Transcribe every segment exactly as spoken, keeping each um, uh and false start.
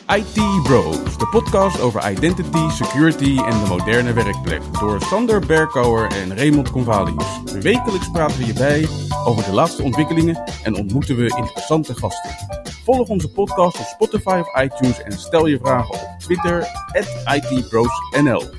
I T Bros, de podcast over identity, security en de moderne werkplek. Door Sander Berkouwer en Raymond Convalius. Wekelijks praten we je bij over de laatste ontwikkelingen en ontmoeten we interessante gasten. Volg onze podcast op Spotify of iTunes en stel je vragen op Twitter at I T Bros N L.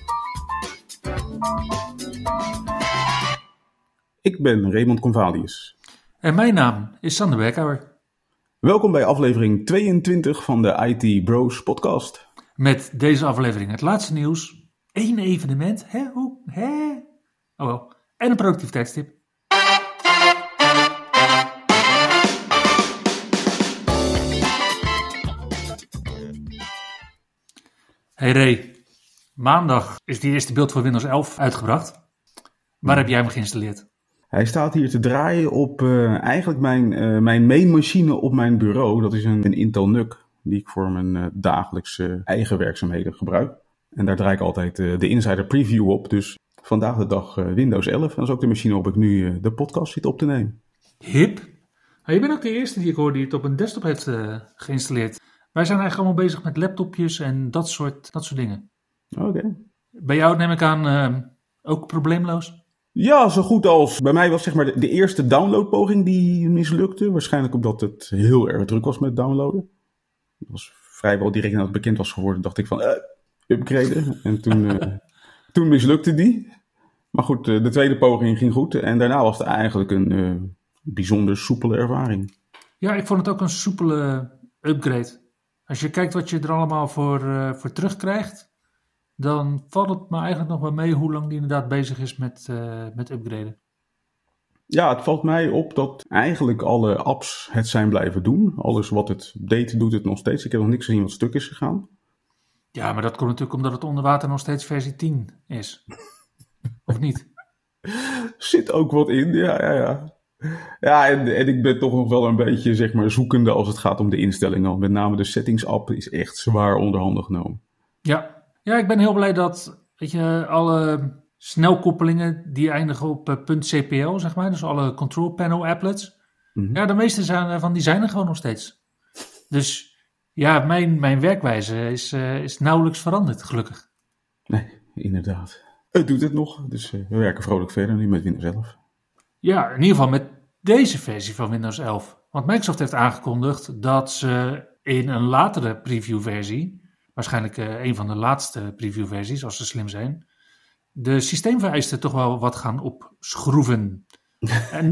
Ik ben Raymond Convalius. En mijn naam is Sander Berkouwer. Welkom bij aflevering tweeëntwintig van de I T Bros podcast. Met deze aflevering het laatste nieuws, één evenement, hè, hoe, hè? Oh wel, en een productiviteitstip. Hey Ray, maandag is die eerste beeld voor Windows elf uitgebracht. Waar heb jij hem geïnstalleerd? Hij staat hier te draaien op uh, eigenlijk mijn, uh, mijn main machine op mijn bureau. Dat is een, een Intel N U C die ik voor mijn uh, dagelijkse eigen werkzaamheden gebruik. En daar draai ik altijd uh, de Insider Preview op. Dus vandaag de dag uh, Windows elf. En dat is ook de machine waarop ik nu uh, de podcast zit op te nemen. Hip. Maar je bent ook de eerste die ik hoor die het op een desktop heeft uh, geïnstalleerd. Wij zijn eigenlijk allemaal bezig met laptopjes en dat soort, dat soort dingen. Oké. Okay. Bij jou neem ik aan uh, ook probleemloos? Ja, zo goed als. Bij mij was zeg maar de, de eerste downloadpoging die mislukte. Waarschijnlijk omdat het heel erg druk was met downloaden. Dat was vrijwel direct nadat het bekend was geworden, dacht ik van uh, upgraden. En toen, uh, toen mislukte die. Maar goed, uh, de tweede poging ging goed. En daarna was het eigenlijk een uh, bijzonder soepele ervaring. Ja, ik vond het ook een soepele upgrade. Als je kijkt wat je er allemaal voor, uh, voor terugkrijgt, dan valt het me eigenlijk nog wel mee hoe lang die inderdaad bezig is met, uh, met upgraden. Ja, het valt mij op dat eigenlijk alle apps het zijn blijven doen. Alles wat het deed, doet het nog steeds. Ik heb nog niks gezien wat stuk is gegaan. Ja, maar dat komt natuurlijk omdat het onder water nog steeds versie tien is. Of niet? Zit ook wat in, ja, ja, ja. Ja, en, en ik ben toch nog wel een beetje, zeg maar, zoekende als het gaat om de instellingen. Met name de settings app is echt zwaar onder handen genomen. Ja. Ja, ik ben heel blij dat, weet je, alle snelkoppelingen die eindigen op uh, .cpl, zeg maar, dus alle control panel applets, mm-hmm. Ja, de meeste zijn, van die zijn er gewoon nog steeds. Dus ja, mijn, mijn werkwijze is, uh, is nauwelijks veranderd, gelukkig. Nee, inderdaad. Het doet het nog, dus uh, we werken vrolijk verder nu met Windows elf. Ja, in ieder geval met deze versie van Windows elf. Want Microsoft heeft aangekondigd dat ze in een latere previewversie, waarschijnlijk uh, een van de laatste previewversies, als ze slim zijn, de systeemvereisten toch wel wat gaan opschroeven. En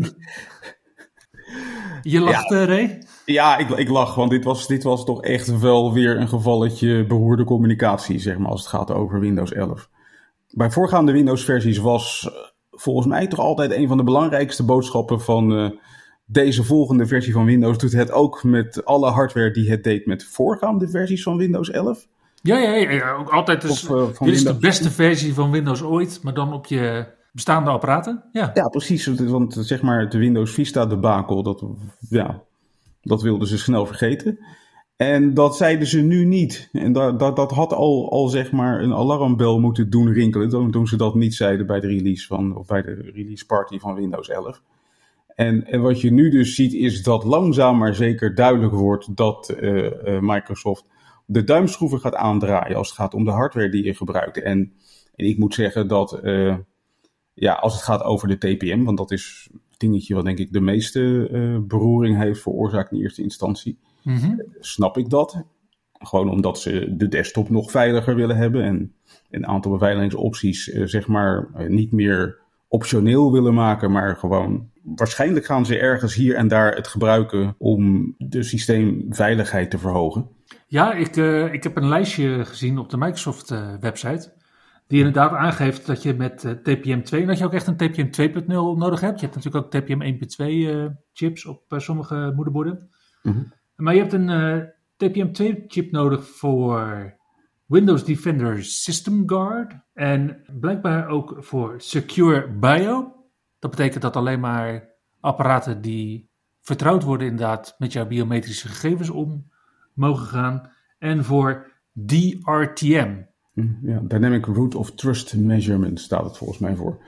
je lacht, ja, Ray? Ja, ik, ik lach, want dit was, dit was toch echt wel weer een gevalletje behoorde communicatie, zeg maar, als het gaat over Windows elf. Bij voorgaande Windows-versies was volgens mij toch altijd een van de belangrijkste boodschappen van uh, deze volgende versie van Windows doet het ook met alle hardware die het deed met voorgaande versies van Windows elf. Ja, ja, ja, ja, ook altijd. Is, of, uh, dit is de beste versie van Windows ooit, maar dan op je bestaande apparaten. Ja, ja precies. Want zeg maar, de Windows Vista debakel, dat, ja, dat wilden ze snel vergeten. En dat zeiden ze nu niet. En dat, dat, dat had al, al zeg maar een alarmbel moeten doen rinkelen toen, toen ze dat niet zeiden bij de release van, of bij de release party van Windows elf. En, en wat je nu dus ziet is dat langzaam maar zeker duidelijk wordt dat uh, uh, Microsoft de duimschroeven gaat aandraaien als het gaat om de hardware die je gebruikt. En, en ik moet zeggen dat, uh, ja, als het gaat over de T P M, want dat is het dingetje wat denk ik de meeste uh, beroering heeft veroorzaakt in eerste instantie, mm-hmm. snap ik dat. Gewoon omdat ze de desktop nog veiliger willen hebben en een aantal beveiligingsopties uh, zeg maar uh, niet meer optioneel willen maken, maar gewoon waarschijnlijk gaan ze ergens hier en daar het gebruiken om de systeemveiligheid te verhogen. Ja, ik, uh, ik heb een lijstje gezien op de Microsoft uh, website die inderdaad aangeeft dat je met uh, T P M twee, dat je ook echt een T P M twee punt nul nodig hebt. Je hebt natuurlijk ook T P M één punt twee uh, chips op uh, sommige moederborden. Mm-hmm. Maar je hebt een uh, T P M twee chip nodig voor Windows Defender System Guard en blijkbaar ook voor Secure Bio. Dat betekent dat alleen maar apparaten die vertrouwd worden inderdaad met jouw biometrische gegevens om mogen gaan. En voor D R T M. Ja, Dynamic Root of Trust Measurement staat het volgens mij voor.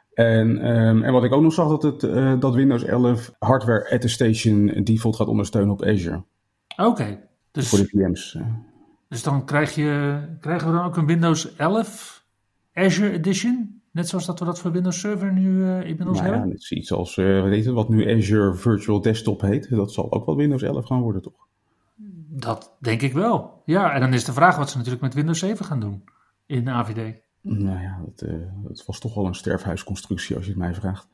En, um, en wat ik ook nog zag, dat, het, uh, dat Windows elf hardware attestation default gaat ondersteunen op Azure. Oké. Okay, dus voor de V M's. Dus dan krijg je, krijgen we dan ook een Windows elf Azure Edition? Net zoals dat we dat voor Windows Server nu uh, inmiddels Nou ja, hebben? het is iets als, uh, wat heet het, wat nu Azure Virtual Desktop heet. Dat zal ook wel Windows elf gaan worden, toch? Dat denk ik wel. Ja, en dan is de vraag wat ze natuurlijk met Windows zeven gaan doen in A V D. Nou ja, het, uh, het was toch wel een sterfhuisconstructie als je het mij vraagt.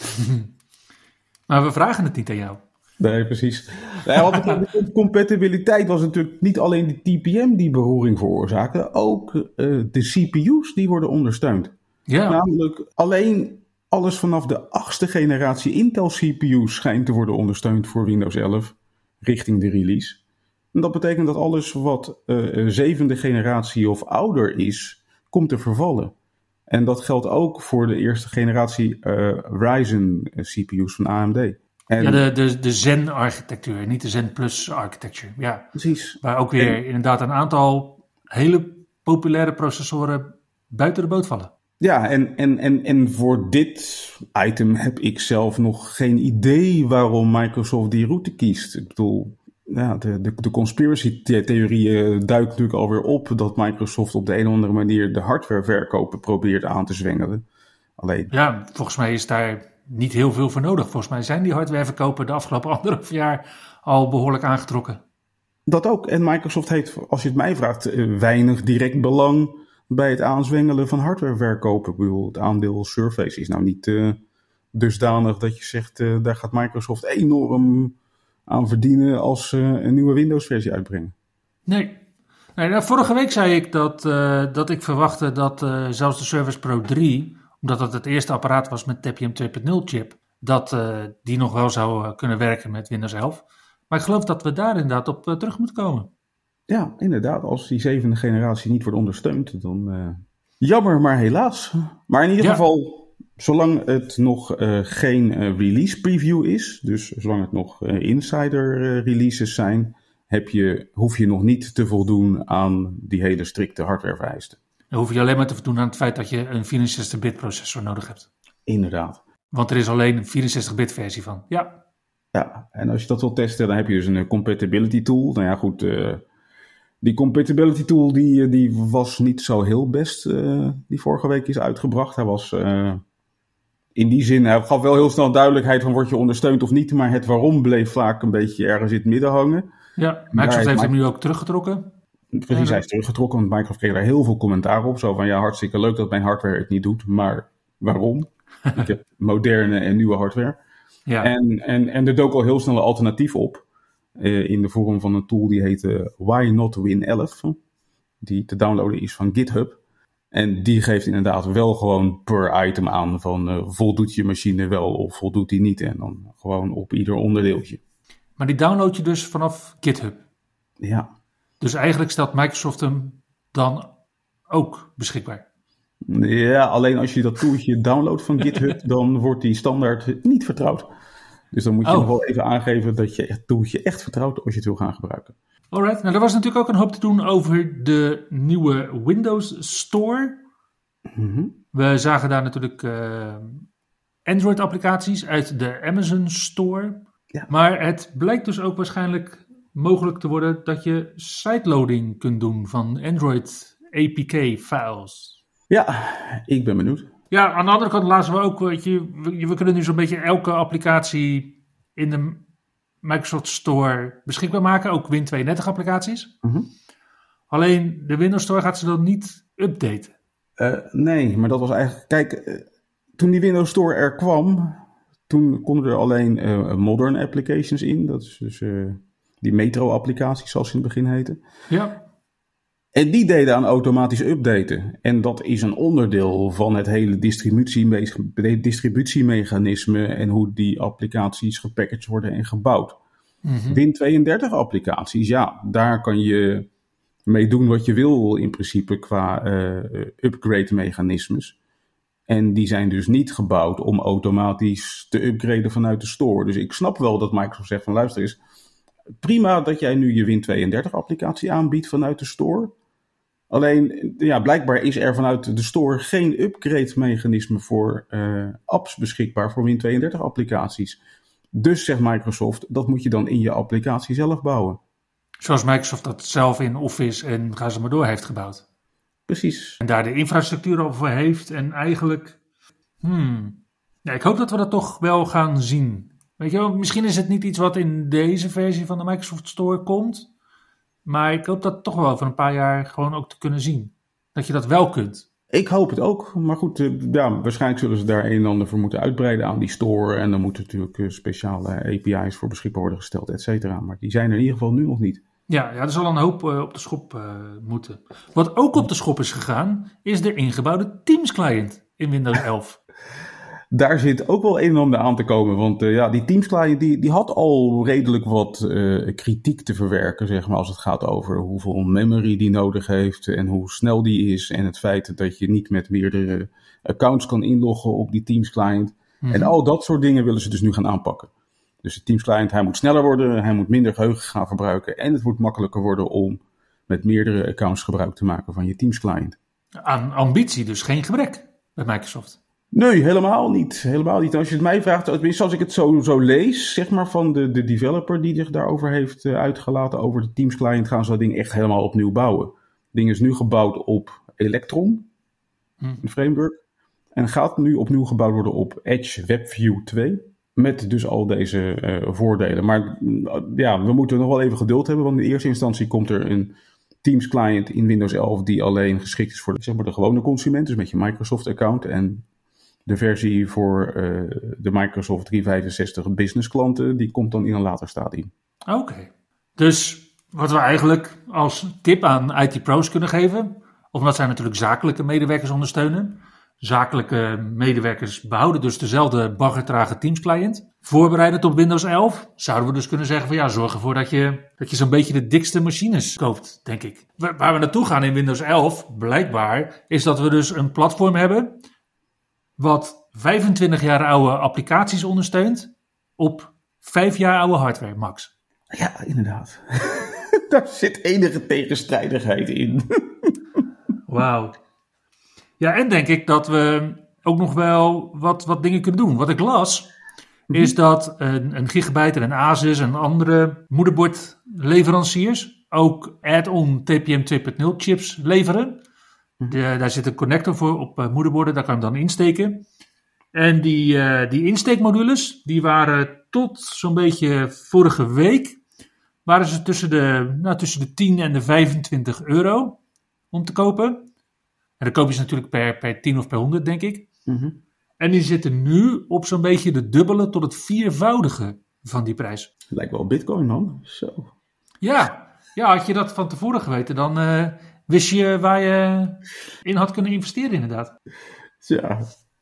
Maar we vragen het niet aan jou. Nee, precies. Nee, want de compatibiliteit was natuurlijk niet alleen de T P M die beroering veroorzaakte, ook uh, de C P U's die worden ondersteund. Ja. Namelijk alleen alles vanaf de achtste generatie Intel C P U's schijnt te worden ondersteund voor Windows elf richting de release. En dat betekent dat alles wat uh, zevende generatie of ouder is, komt te vervallen. En dat geldt ook voor de eerste generatie uh, Ryzen C P U's van A M D. En ja, de, de, de Zen-architectuur, niet de Zen Plus-architectuur. Ja, precies. waar ook weer En, inderdaad een aantal hele populaire processoren buiten de boot vallen. Ja, en, en, en, en voor dit item heb ik zelf nog geen idee waarom Microsoft die route kiest. Ik bedoel, ja, de, de, de conspiracy-theorieën duiken natuurlijk alweer op dat Microsoft op de een of andere manier de hardwareverkopen probeert aan te zwengelen. Alleen... Ja, volgens mij is daar niet heel veel voor nodig. Volgens mij zijn die hardwareverkopen de afgelopen anderhalf jaar al behoorlijk aangetrokken. Dat ook. En Microsoft heeft, als je het mij vraagt, weinig direct belang bij het aanzwengelen van hardwareverkopen. Ik bedoel, het aandeel Surface is nou niet uh, dusdanig dat je zegt, uh, daar gaat Microsoft enorm aan verdienen als ze uh, een nieuwe Windows-versie uitbrengen. Nee. nee nou, vorige week zei ik dat, uh, dat ik verwachtte dat uh, zelfs de Surface Pro drie, omdat dat het eerste apparaat was met T P M twee punt nul chip, dat uh, die nog wel zou uh, kunnen werken met Windows elf. Maar ik geloof dat we daar inderdaad op uh, terug moeten komen. Ja, inderdaad. Als die zevende generatie niet wordt ondersteund, dan uh, jammer, maar helaas. Maar in ieder ja. geval, zolang het nog uh, geen uh, release preview is, dus zolang het nog uh, insider uh, releases zijn, heb je, hoef je nog niet te voldoen aan die hele strikte hardwarevereisten. Dan hoef je alleen maar te voldoen aan het feit dat je een vierenzestig bit processor nodig hebt. Inderdaad. Want er is alleen een vierenzestig bit versie van. Ja. Ja, en als je dat wil testen, dan heb je dus een compatibility tool. Nou ja, goed, uh, die compatibility tool die, die was niet zo heel best, uh, die vorige week is uitgebracht. Hij was uh, in die zin, hij gaf wel heel snel duidelijkheid van word je ondersteund of niet, maar het waarom bleef vaak een beetje ergens in het midden hangen. Ja, Microsoft heeft hem nu ook teruggetrokken. Precies, uh, hij is teruggetrokken, want Microsoft kreeg daar heel veel commentaar op. Zo van, ja, hartstikke leuk dat mijn hardware het niet doet, maar waarom? Ik heb moderne en nieuwe hardware. Ja. En, en, en er dook al heel snel een alternatief op. Uh, in de vorm van een tool die heette Why Not Win elf. Die te downloaden is van GitHub. En die geeft inderdaad wel gewoon per item aan van uh, voldoet je machine wel of voldoet die niet. En dan gewoon op ieder onderdeeltje. Maar die download je dus vanaf GitHub? Ja. Dus eigenlijk stelt Microsoft hem dan ook beschikbaar? Ja, alleen als je dat tooltje downloadt van GitHub, dan wordt die standaard niet vertrouwd. Dus dan moet je oh. nog wel even aangeven dat je het tooltje echt vertrouwt als je het wil gaan gebruiken. Alright, nou er was natuurlijk ook een hoop te doen over de nieuwe Windows Store. Mm-hmm. We zagen daar natuurlijk uh, Android applicaties uit de Amazon Store. Ja. Maar het blijkt dus ook waarschijnlijk mogelijk te worden dat je sideloading kunt doen van Android A P K files. Ja, ik ben benieuwd. Ja, aan de andere kant laten we ook, weet je, we, we kunnen nu zo'n beetje elke applicatie in de Microsoft Store beschikbaar maken, ook Win tweeëndertig applicaties. Mm-hmm. Alleen de Windows Store gaat ze dan niet updaten. Uh, nee, maar dat was eigenlijk, kijk, uh, toen die Windows Store er kwam, toen konden er alleen uh, modern applications in, dat is dus uh, die Metro applicaties zoals ze in het begin heten. Ja. En die deden aan automatisch updaten. En dat is een onderdeel van het hele distributie- distributiemechanisme en hoe die applicaties gepackaged worden en gebouwd. Mm-hmm. Win tweeëndertig applicaties, ja, daar kan je mee doen wat je wil in principe qua uh, upgrade mechanismes. En die zijn dus niet gebouwd om automatisch te upgraden vanuit de store. Dus ik snap wel dat Microsoft zegt van luister eens, prima dat jij nu je Win tweeëndertig applicatie aanbiedt vanuit de store. Alleen, ja, blijkbaar is er vanuit de store geen upgrade mechanisme voor uh, apps beschikbaar voor Win tweeëndertig applicaties. Dus zegt Microsoft, dat moet je dan in je applicatie zelf bouwen. Zoals Microsoft dat zelf in Office en ga ze maar door heeft gebouwd. Precies. En daar de infrastructuur over heeft en eigenlijk... Hmm, ja, ik hoop dat we dat toch wel gaan zien. Weet je wel, misschien is het niet iets wat in deze versie van de Microsoft Store komt. Maar ik hoop dat toch wel over een paar jaar gewoon ook te kunnen zien. Dat je dat wel kunt. Ik hoop het ook. Maar goed, uh, ja, waarschijnlijk zullen ze daar een en ander voor moeten uitbreiden aan die store. En dan moeten natuurlijk uh, speciale A P I's voor beschikbaar worden gesteld, et cetera. Maar die zijn er in ieder geval nu nog niet. Ja, ja er zal een hoop uh, op de schop uh, moeten. Wat ook op de schop is gegaan, is de ingebouwde Teams client in Windows elf. Daar zit ook wel een en ander aan te komen. Want uh, ja, die Teams client die, die had al redelijk wat uh, kritiek te verwerken, zeg maar, als het gaat over hoeveel memory die nodig heeft en hoe snel die is. En het feit dat je niet met meerdere accounts kan inloggen op die Teams client. Mm-hmm. En al dat soort dingen willen ze dus nu gaan aanpakken. Dus de Teams client, hij moet sneller worden, hij moet minder geheugen gaan verbruiken. En het moet makkelijker worden om met meerdere accounts gebruik te maken van je Teams client. Aan ambitie dus geen gebrek bij Microsoft. Nee, helemaal niet. Helemaal niet. Als je het mij vraagt, tenminste als ik het zo, zo lees, zeg maar van de, de developer die zich daarover heeft uh, uitgelaten over de Teams client, gaan ze dat ding echt helemaal opnieuw bouwen. Het ding is nu gebouwd op Electron, hmm. een framework. En gaat nu opnieuw gebouwd worden op Edge WebView twee. Met dus al deze uh, voordelen. Maar uh, ja, we moeten nog wel even geduld hebben, want in eerste instantie komt er een Teams client in Windows elf die alleen geschikt is voor de, zeg maar, de gewone consument, dus met je Microsoft account. En de versie voor uh, de Microsoft driehonderdvijfenzestig business klanten, die komt dan in een later stadium. Oké. Okay. Dus wat we eigenlijk als tip aan I T pro's kunnen geven, omdat zij natuurlijk zakelijke medewerkers ondersteunen. Zakelijke medewerkers behouden dus dezelfde baggertrage Teams client. Voorbereidend op Windows elf zouden we dus kunnen zeggen van ja, zorg ervoor dat je, dat je zo'n beetje de dikste machines koopt, denk ik. Waar we naartoe gaan in Windows elf, blijkbaar, is dat we dus een platform hebben wat vijfentwintig jaar oude applicaties ondersteunt op vijf jaar oude hardware, max. Ja, inderdaad. Daar zit enige tegenstrijdigheid in. Wauw. Ja, en denk ik dat we ook nog wel wat, wat dingen kunnen doen. Wat ik las, mm-hmm. is dat een, een Gigabyte en een Asus en andere moederbordleveranciers ook add-on T P M twee punt nul chips leveren. De, daar zit een connector voor op uh, moederborden, daar kan je hem dan insteken. En die, uh, die insteekmodules, die waren tot zo'n beetje vorige week, waren ze tussen de, nou, tussen de tien en de vijfentwintig euro om te kopen. En dan koop je ze natuurlijk per, per tien of per honderd, denk ik. Mm-hmm. En die zitten nu op zo'n beetje de dubbele tot het viervoudige van die prijs. Lijkt wel Bitcoin, man. Zo. Ja, ja, had je dat van tevoren geweten, dan uh, wist je waar je in had kunnen investeren, inderdaad. Ja,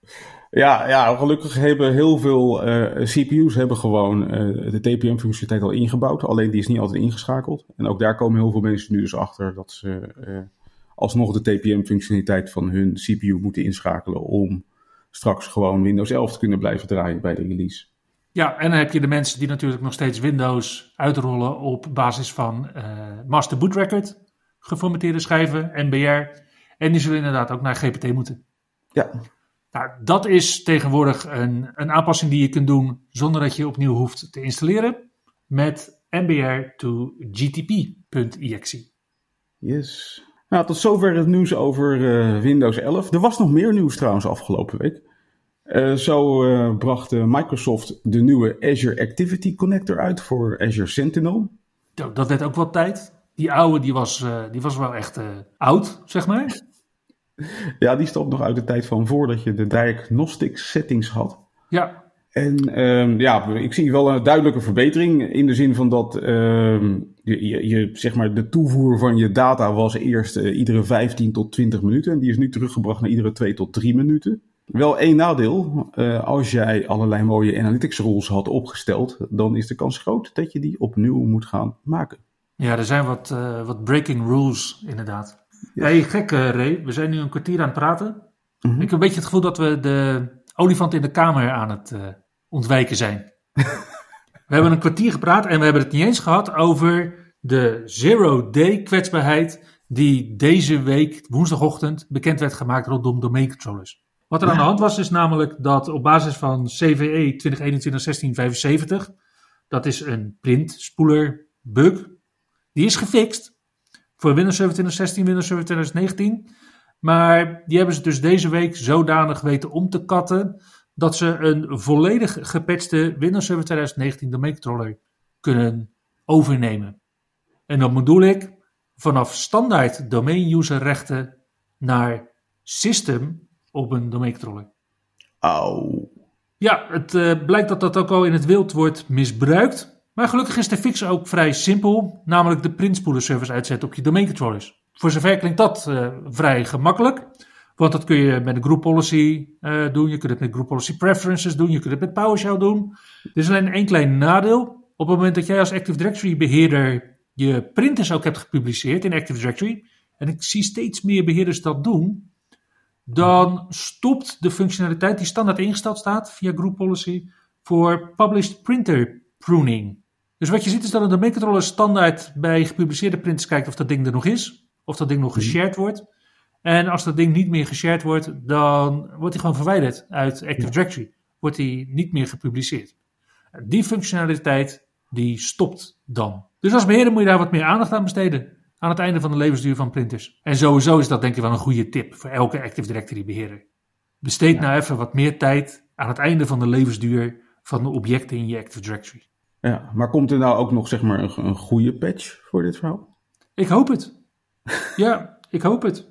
ja, ja gelukkig hebben heel veel uh, C P U's hebben gewoon uh, de T P M-functionaliteit al ingebouwd. Alleen die is niet altijd ingeschakeld. En ook daar komen heel veel mensen nu dus achter dat ze uh, alsnog de T P M-functionaliteit van hun C P U moeten inschakelen om straks gewoon Windows elf te kunnen blijven draaien bij de release. Ja, en dan heb je de mensen die natuurlijk nog steeds Windows uitrollen op basis van uh, Master Boot Record, geformateerde schijven, M B R. En die zullen inderdaad ook naar G P T moeten. Ja. Nou, dat is tegenwoordig een, een aanpassing die je kunt doen zonder dat je opnieuw hoeft te installeren met M B R to G T P.exe. Yes. Nou, tot zover het nieuws over uh, Windows elf. Er was nog meer nieuws trouwens afgelopen week. Uh, zo uh, bracht uh, Microsoft de nieuwe Azure Activity Connector uit voor Azure Sentinel. Dat werd ook wat tijd. Die oude die was, uh, die was wel echt uh, oud, zeg maar. Ja, die stamt nog uit de tijd van voordat je de diagnostic settings had. Ja. En um, ja, ik zie wel een duidelijke verbetering in de zin van dat um, je, je, je, zeg maar, de toevoer van je data was eerst uh, iedere vijftien tot twintig minuten. En die is nu teruggebracht naar iedere twee tot drie minuten. Wel één nadeel, uh, als jij allerlei mooie analytics rules had opgesteld, dan is de kans groot dat je die opnieuw moet gaan maken. Ja, er zijn wat, uh, wat breaking rules inderdaad. Ja, hey, gek uh, Ray, we zijn nu een kwartier aan het praten. Mm-hmm. Ik heb een beetje het gevoel dat we de olifant in de kamer aan het uh, ontwijken zijn. We hebben een kwartier gepraat en we hebben het niet eens gehad over de zero-day kwetsbaarheid die deze week woensdagochtend bekend werd gemaakt rondom domeincontrollers. Wat er ja. aan de hand was is namelijk dat op basis van C V E twintig eenentwintig zestien vijfenzeventig, dat is een printspoeler bug, Die is gefixt voor Windows Server twintig zestien, Windows Server twintig negentien. Maar die hebben ze dus deze week zodanig weten om te katten dat ze een volledig gepatchte Windows Server twintig negentien domain controller kunnen overnemen. En dan bedoel ik vanaf standaard domain user rechten naar system op een domain controller. Auw. Ja, het uh, blijkt dat dat ook al in het wild wordt misbruikt. Maar gelukkig is de fix ook vrij simpel. Namelijk de printspoelen service uitzetten op je domain controllers. Voor zover klinkt dat uh, vrij gemakkelijk. Want dat kun je met een group policy uh, doen. Je kunt het met group policy preferences doen. Je kunt het met PowerShell doen. Er is alleen één klein nadeel. Op het moment dat jij als Active Directory beheerder je printers ook hebt gepubliceerd in Active Directory. En ik zie steeds meer beheerders dat doen. Dan stopt de functionaliteit die standaard ingesteld staat via group policy voor published printer pruning. Dus wat je ziet is dat een domain controller standaard bij gepubliceerde printers kijkt of dat ding er nog is. Of dat ding nog geshared wordt. En als dat ding niet meer geshared wordt, dan wordt hij gewoon verwijderd uit Active Directory. Wordt hij niet meer gepubliceerd. Die functionaliteit, die stopt dan. Dus als beheerder moet je daar wat meer aandacht aan besteden. Aan het einde van de levensduur van printers. En sowieso is dat denk ik wel een goede tip voor elke Active Directory beheerder. Besteed ja. nou even wat meer tijd aan het einde van de levensduur van de objecten in je Active Directory. Ja, maar komt er nou ook nog zeg maar een, een goede patch voor dit verhaal? Ik hoop het. Ja, ik hoop het.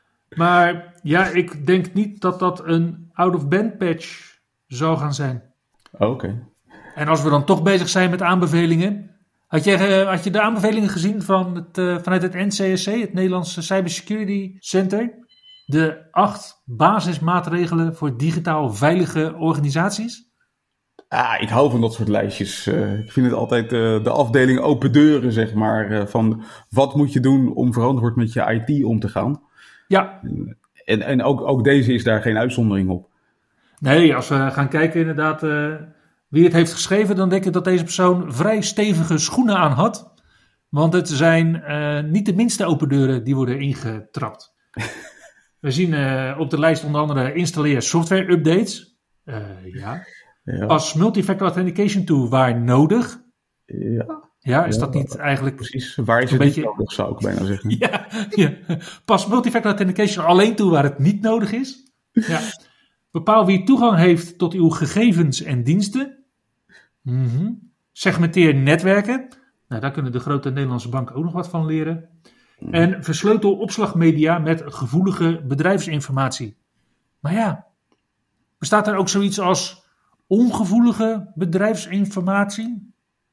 Maar ja, ik denk niet dat dat een out-of-band patch zou gaan zijn. Oké. Okay. En als we dan toch bezig zijn met aanbevelingen. Had je, uh, had je de aanbevelingen gezien van het, uh, vanuit het N C S C, het Nederlandse Cybersecurity Center? De acht basismaatregelen voor digitaal veilige organisaties? Ah, ik hou van dat soort lijstjes. Uh, ik vind het altijd uh, de afdeling open deuren, zeg maar. Uh, van wat moet je doen om verantwoord met je I T om te gaan? Ja. En, en ook, ook deze is daar geen uitzondering op. Nee, als we gaan kijken inderdaad uh, wie het heeft geschreven, dan denk ik dat deze persoon vrij stevige schoenen aan had. Want het zijn uh, niet de minste open deuren die worden ingetrapt. We zien uh, op de lijst onder andere installeer software updates. Uh, ja. Ja. Pas multifactor authentication toe waar nodig. Ja. Ja, is ja, dat niet eigenlijk... Precies, waar is het beetje... niet nodig, zou ik bijna zeggen. ja, ja, pas multifactor authentication alleen toe waar het niet nodig is. Ja. Bepaal wie toegang heeft tot uw gegevens en diensten. Mm-hmm. Segmenteer netwerken. Nou, daar kunnen de grote Nederlandse banken ook nog wat van leren. Mm. En versleutel opslagmedia met gevoelige bedrijfsinformatie. Maar ja, bestaat er ook zoiets als ongevoelige bedrijfsinformatie?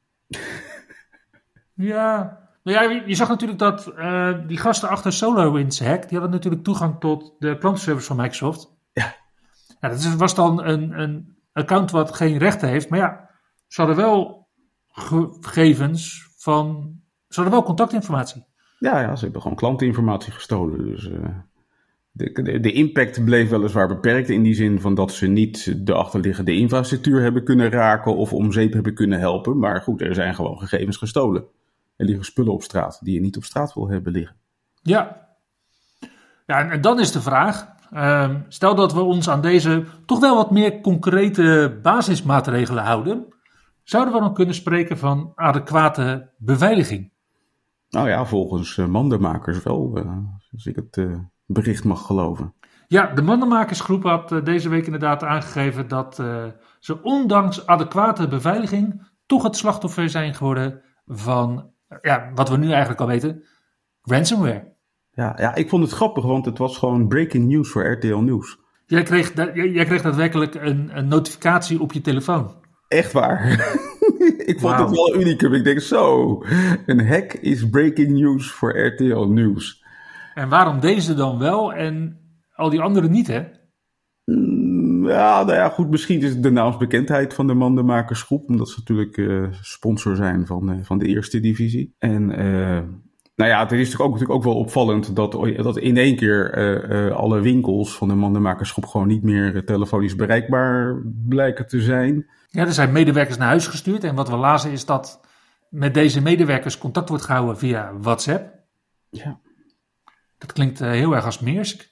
Ja, nou ja, je zag natuurlijk dat uh, die gasten achter SolarWinds Hack, die hadden natuurlijk toegang tot de klantenservice van Microsoft. Ja. Ja, dat was dan een, een account wat geen rechten heeft, maar ja, ze hadden wel gegevens van, ze hadden wel contactinformatie. Ja, ja, ze hebben gewoon klantinformatie gestolen, dus uh, de, de, de impact bleef weliswaar beperkt in die zin van dat ze niet de achterliggende infrastructuur hebben kunnen raken of om zeep hebben kunnen helpen, maar goed, er zijn gewoon gegevens gestolen. Er liggen spullen op straat die je niet op straat wil hebben liggen. Ja, ja en dan is de vraag, uh, stel dat we ons aan deze toch wel wat meer concrete basismaatregelen houden, zouden we dan kunnen spreken van adequate beveiliging? Nou ja, volgens uh, mandenmakers wel, uh, als ik het uh, bericht mag geloven. Ja, de mandenmakersgroep had uh, deze week inderdaad aangegeven dat uh, ze ondanks adequate beveiliging toch het slachtoffer zijn geworden van, ja, wat we nu eigenlijk al weten, ransomware. Ja, ja, ik vond het grappig, want het was gewoon breaking news voor R T L Nieuws. Jij kreeg, jij kreeg daadwerkelijk een, een notificatie op je telefoon. Echt waar. Ik vond wow. het wel unicum. Ik denk zo, een hack is breaking news voor R T L Nieuws. En waarom deze dan wel en al die anderen niet, hè? Mm, ja, nou ja, goed. Misschien is het de naamsbekendheid van de mandenmakersgroep. Omdat ze natuurlijk uh, sponsor zijn van, uh, van de eerste divisie. En uh, nou ja, het is natuurlijk ook, natuurlijk ook wel opvallend dat, dat in één keer uh, uh, alle winkels van de mandenmakersgroep gewoon niet meer uh, telefonisch bereikbaar blijken te zijn. Ja, er zijn medewerkers naar huis gestuurd. En wat we lazen is dat met deze medewerkers contact wordt gehouden via WhatsApp. Ja. Dat klinkt uh, heel erg als Maersk.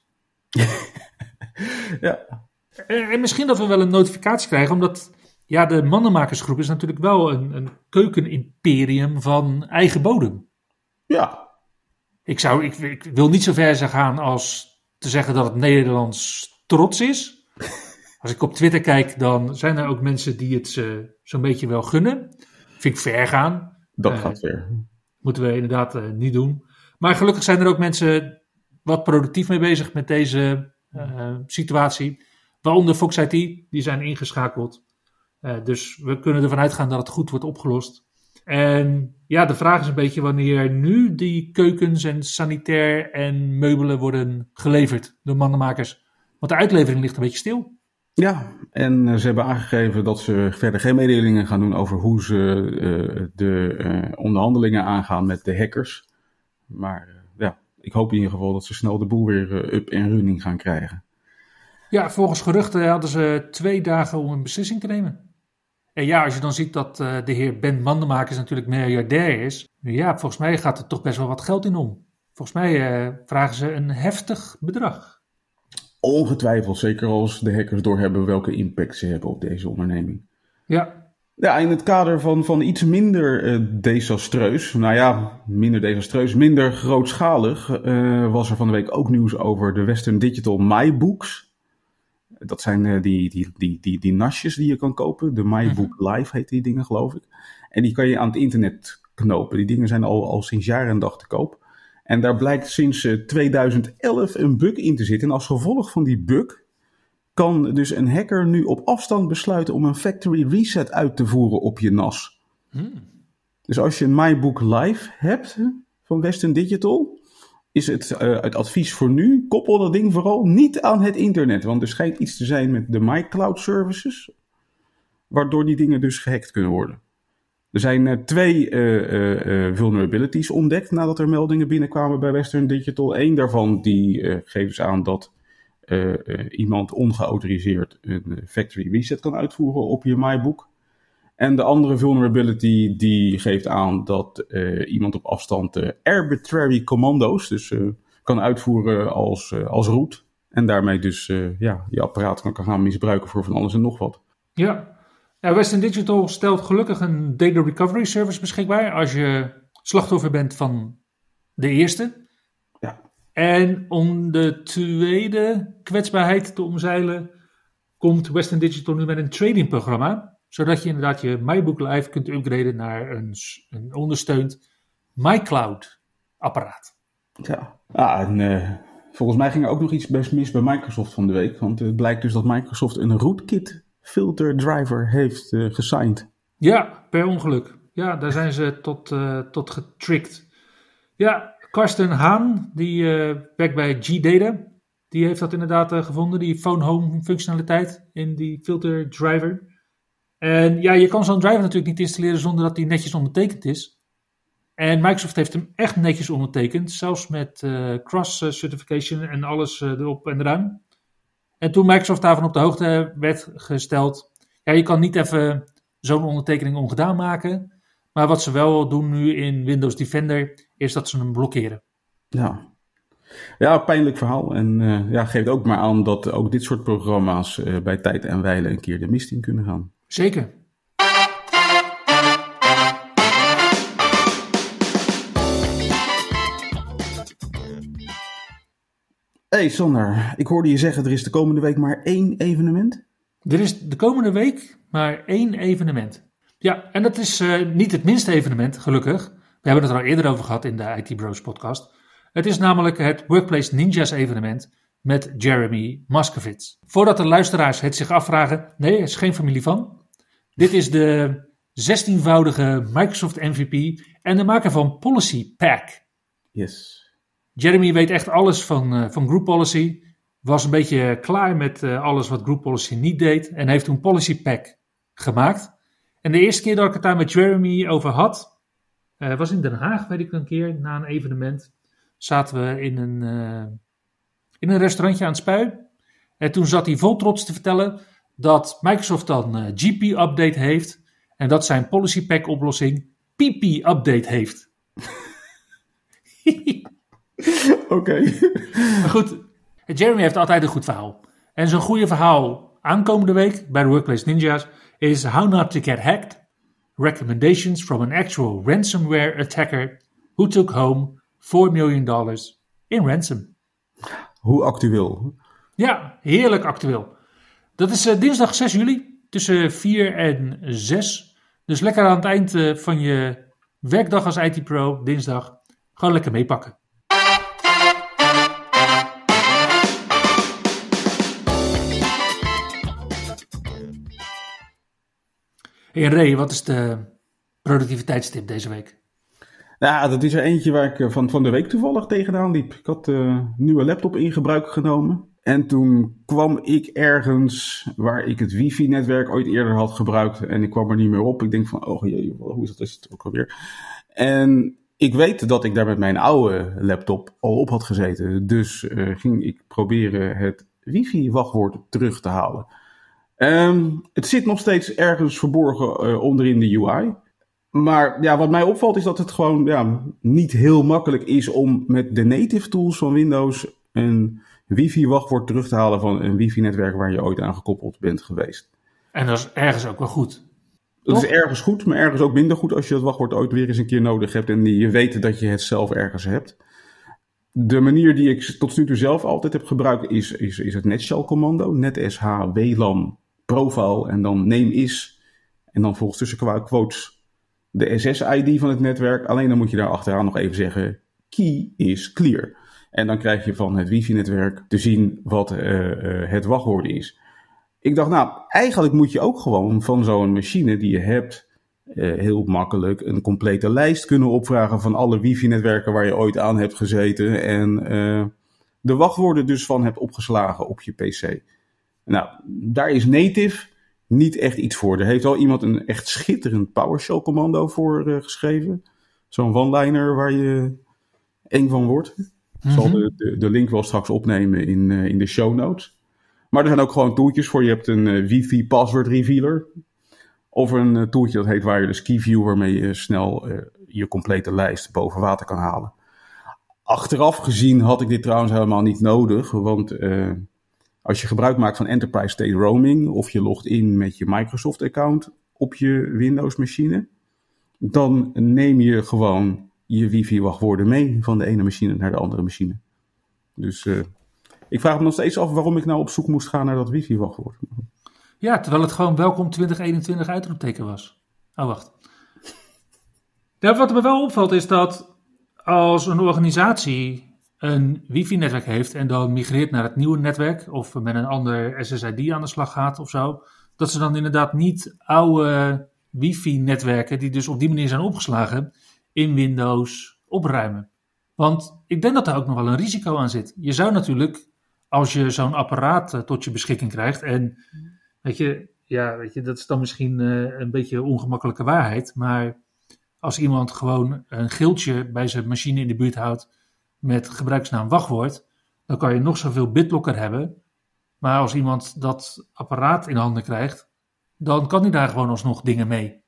Ja. En, en misschien dat we wel een notificatie krijgen, omdat ja, de mandenmakersgroep is natuurlijk wel een, een keukenimperium van eigen bodem. Ja. Ik, zou, ik, ik wil niet zo ver gaan als te zeggen dat het Nederlands trots is. Als ik op Twitter kijk, dan zijn er ook mensen die het uh, zo'n beetje wel gunnen. Vind ik ver gaan. Dat uh, gaat ver. Moeten we inderdaad uh, niet doen. Maar gelukkig zijn er ook mensen wat productief mee bezig met deze uh, situatie. Waaronder Fox I T, die zijn ingeschakeld. Uh, dus we kunnen ervan uitgaan dat het goed wordt opgelost. En ja, de vraag is een beetje wanneer nu die keukens en sanitair en meubelen worden geleverd door mandenmakers. Want de uitlevering ligt een beetje stil. Ja, en ze hebben aangegeven dat ze verder geen mededelingen gaan doen over hoe ze uh, de uh, onderhandelingen aangaan met de hackers. Maar uh, ja, ik hoop in ieder geval dat ze snel de boel weer uh, up en running gaan krijgen. Ja, volgens geruchten hadden ze twee dagen om een beslissing te nemen. En ja, als je dan ziet dat uh, de heer Ben Mandenmakers natuurlijk miljardair is. Ja, volgens mij gaat er toch best wel wat geld in om. Volgens mij uh, vragen ze een heftig bedrag. Ongetwijfeld, zeker als de hackers doorhebben welke impact ze hebben op deze onderneming. Ja. Ja, in het kader van, van iets minder uh, desastreus, nou ja, minder desastreus, minder grootschalig, uh, was er van de week ook nieuws over de Western Digital MyBooks. Dat zijn uh, die, die, die, die, die nasjes die je kan kopen. De MyBook Live heet die dingen, geloof ik. En die kan je aan het internet knopen. Die dingen zijn al, al sinds jaar en dag te koop. En daar blijkt sinds uh, tweeduizend elf een bug in te zitten. En als gevolg van die bug kan dus een hacker nu op afstand besluiten om een factory reset uit te voeren op je N A S. Hmm. Dus als je een MyBook Live hebt van Western Digital, is het, uh, het advies voor nu, koppel dat ding vooral niet aan het internet. Want er schijnt iets te zijn met de MyCloud services, waardoor die dingen dus gehackt kunnen worden. Er zijn uh, twee uh, uh, vulnerabilities ontdekt nadat er meldingen binnenkwamen bij Western Digital. Eén daarvan die uh, geeft dus aan dat uh, uh, iemand ongeautoriseerd een factory reset kan uitvoeren op je MyBook. En de andere vulnerability die geeft aan dat uh, iemand op afstand uh, arbitrary commando's dus uh, kan uitvoeren als, uh, als root. En daarmee dus uh, ja, je apparaat kan gaan misbruiken voor van alles en nog wat. Ja. Ja, Western Digital stelt gelukkig een data recovery service beschikbaar als je slachtoffer bent van de eerste. Ja. En om de tweede kwetsbaarheid te omzeilen, komt Western Digital nu met een trading programma, zodat je inderdaad je MyBook Live kunt upgraden naar een, een ondersteund MyCloud apparaat. Ja, ah, en uh, volgens mij ging er ook nog iets best mis bij Microsoft van de week, want het blijkt dus dat Microsoft een rootkit filter driver heeft uh, gesigned. Ja, per ongeluk. Ja, daar zijn ze tot, uh, tot getricked. Ja, Karsten Haan, die uh, werkt bij G-Data, die heeft dat inderdaad uh, gevonden, die phone home functionaliteit in die filter driver. En ja, je kan zo'n driver natuurlijk niet installeren zonder dat die netjes ondertekend is. En Microsoft heeft hem echt netjes ondertekend, zelfs met uh, cross-certification en alles uh, erop en eraan. En toen Microsoft daarvan op de hoogte werd gesteld, ja, je kan niet even zo'n ondertekening ongedaan maken. Maar wat ze wel doen nu in Windows Defender, is dat ze hem blokkeren. Ja, ja, pijnlijk verhaal. En uh, ja, geeft ook maar aan dat ook dit soort programma's uh, bij tijd en wijle een keer de mist in kunnen gaan. Zeker. Hey Sander, ik hoorde je zeggen er is de komende week maar één evenement? Er is de komende week maar één evenement. Ja, en dat is uh, niet het minste evenement, gelukkig. We hebben het er al eerder over gehad in de I T Bros podcast. Het is namelijk het Workplace Ninjas evenement met Jeremy Moskowitz. Voordat de luisteraars het zich afvragen, nee, het is geen familie van. Dit is de zestienvoudige Microsoft M V P en de maker van Policy Pack. Yes. Jeremy weet echt alles van, uh, van Group Policy. Was een beetje klaar met uh, alles wat Group Policy niet deed. En heeft toen Policy Pack gemaakt. En de eerste keer dat ik het daar met Jeremy over had, uh, was in Den Haag, weet ik een keer, na een evenement. Zaten we in een, uh, in een restaurantje aan het Spui. En toen zat hij vol trots te vertellen dat Microsoft dan uh, G P-update heeft. En dat zijn Policy Pack oplossing P P-update heeft. Oké. Okay. Maar goed, Jeremy heeft altijd een goed verhaal. En zo'n goede verhaal aankomende week bij de Workplace Ninjas is How Not to Get Hacked, Recommendations from an Actual Ransomware Attacker who took home four million dollars in ransom. Hoe actueel. Ja, heerlijk actueel. Dat is uh, dinsdag zes juli tussen vier en zes. Dus lekker aan het eind uh, van je werkdag als I T Pro, dinsdag, gewoon lekker meepakken. Hey Ray, wat is de productiviteitstip deze week? Ja, dat is er eentje waar ik van, van de week toevallig tegenaan liep. Ik had uh, een nieuwe laptop in gebruik genomen. En toen kwam ik ergens waar ik het wifi-netwerk ooit eerder had gebruikt. En ik kwam er niet meer op. Ik denk van, oh jee, hoe is dat is het ook alweer? En ik weet dat ik daar met mijn oude laptop al op had gezeten. Dus uh, ging ik proberen het wifi-wachtwoord terug te halen. Um, het zit nog steeds ergens verborgen uh, onderin de U I. Maar ja, wat mij opvalt is dat het gewoon ja, niet heel makkelijk is om met de native tools van Windows een wifi-wachtwoord terug te halen van een wifi-netwerk waar je ooit aan gekoppeld bent geweest. En dat is ergens ook wel goed. Dat Toch? is ergens goed, maar ergens ook minder goed als je dat wachtwoord ooit weer eens een keer nodig hebt en je weet dat je het zelf ergens hebt. De manier die ik tot nu toe zelf altijd heb gebruikt is, is, is het netshell-commando. Netsh wlan profile en dan name is en dan volgens tussen quotes de S S I D van het netwerk. Alleen dan moet je daar achteraan nog even zeggen key is clear. En dan krijg je van het wifi-netwerk te zien wat uh, uh, het wachtwoord is. Ik dacht, nou, eigenlijk moet je ook gewoon van zo'n machine die je hebt uh, heel makkelijk een complete lijst kunnen opvragen van alle wifi-netwerken waar je ooit aan hebt gezeten en uh, de wachtwoorden dus van hebt opgeslagen op je P C. Nou, daar is native niet echt iets voor. Er heeft wel iemand een echt schitterend PowerShell-commando voor uh, geschreven. Zo'n one-liner waar je eng van wordt. Ik mm-hmm. zal de, de, de link wel straks opnemen in, uh, in de show notes. Maar er zijn ook gewoon tooltjes voor. Je hebt een uh, wifi password revealer. Of een uh, tooltje dat heet Wireless Keyview, waarmee je snel uh, je complete lijst boven water kan halen. Achteraf gezien had ik dit trouwens helemaal niet nodig, want uh, als je gebruik maakt van Enterprise State Roaming of je logt in met je Microsoft-account op je Windows-machine, dan neem je gewoon je wifi-wachtwoorden mee van de ene machine naar de andere machine. Dus uh, ik vraag me nog steeds af waarom ik nou op zoek moest gaan naar dat wifi-wachtwoord. Ja, terwijl het gewoon welkom twintig eenentwintig uitroepteken was. Oh, wacht. Ja, wat me wel opvalt is dat als een organisatie een wifi-netwerk heeft en dan migreert naar het nieuwe netwerk of met een ander S S I D aan de slag gaat of zo, dat ze dan inderdaad niet oude wifi-netwerken die dus op die manier zijn opgeslagen in Windows opruimen. Want ik denk dat daar ook nog wel een risico aan zit. Je zou natuurlijk, als je zo'n apparaat uh, tot je beschikking krijgt en weet je, ja, weet je, dat is dan misschien uh, een beetje ongemakkelijke waarheid, maar als iemand gewoon een geeltje bij zijn machine in de buurt houdt met gebruiksnaam wachtwoord, dan kan je nog zoveel BitLocker hebben. Maar als iemand dat apparaat in handen krijgt, dan kan hij daar gewoon alsnog dingen mee.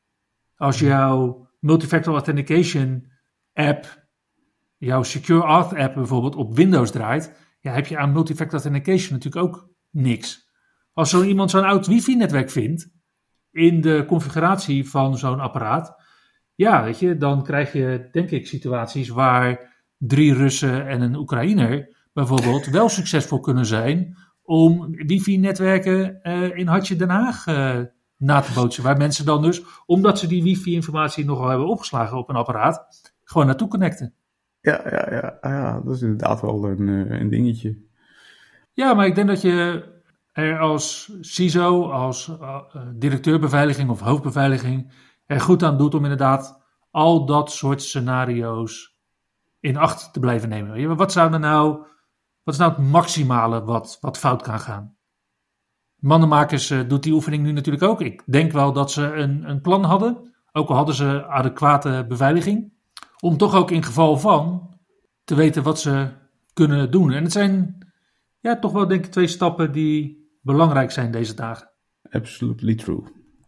Als jouw multifactor authentication app, jouw secure auth app bijvoorbeeld op Windows draait, ja, heb je aan multifactor authentication natuurlijk ook niks. Als zo iemand zo'n oud wifi-netwerk vindt in de configuratie van zo'n apparaat, ja, weet je, dan krijg je denk ik situaties waar drie Russen en een Oekraïner bijvoorbeeld wel succesvol kunnen zijn om wifi-netwerken uh, in Hartje Den Haag uh, na te bootsen. Waar mensen dan dus, omdat ze die wifi-informatie nogal hebben opgeslagen op een apparaat, gewoon naartoe connecten. Ja, ja, ja, ja, dat is inderdaad wel een, een dingetje. Ja, maar ik denk dat je er als C I S O, als uh, directeur beveiliging of hoofdbeveiliging er goed aan doet om inderdaad al dat soort scenario's in acht te blijven nemen. Wat zou er nou, wat is nou het maximale wat, wat fout kan gaan? Mannenmakers uh, doet die oefening nu natuurlijk ook. Ik denk wel dat ze een, een plan hadden, ook al hadden ze adequate beveiliging, om toch ook in geval van te weten wat ze kunnen doen. En het zijn ja, toch wel denk ik twee stappen die belangrijk zijn deze dagen. Absolutely true.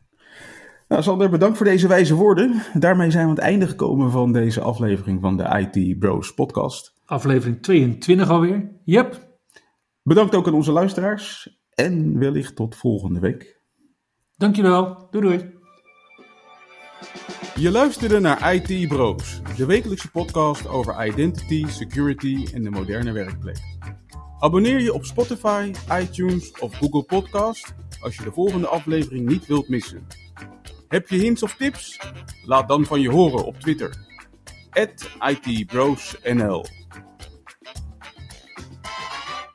Nou, Sander, bedankt voor deze wijze woorden. Daarmee zijn we aan het einde gekomen van deze aflevering van de I T Bros podcast. Aflevering tweeëntwintig alweer. Yep. Bedankt ook aan onze luisteraars en wellicht tot volgende week. Dankjewel. Doei doei. Je luisterde naar I T Bros, de wekelijkse podcast over identity, security en de moderne werkplek. Abonneer je op Spotify, iTunes of Google Podcast als je de volgende aflevering niet wilt missen. Heb je hints of tips? Laat dan van je horen op Twitter. at I T Bros N L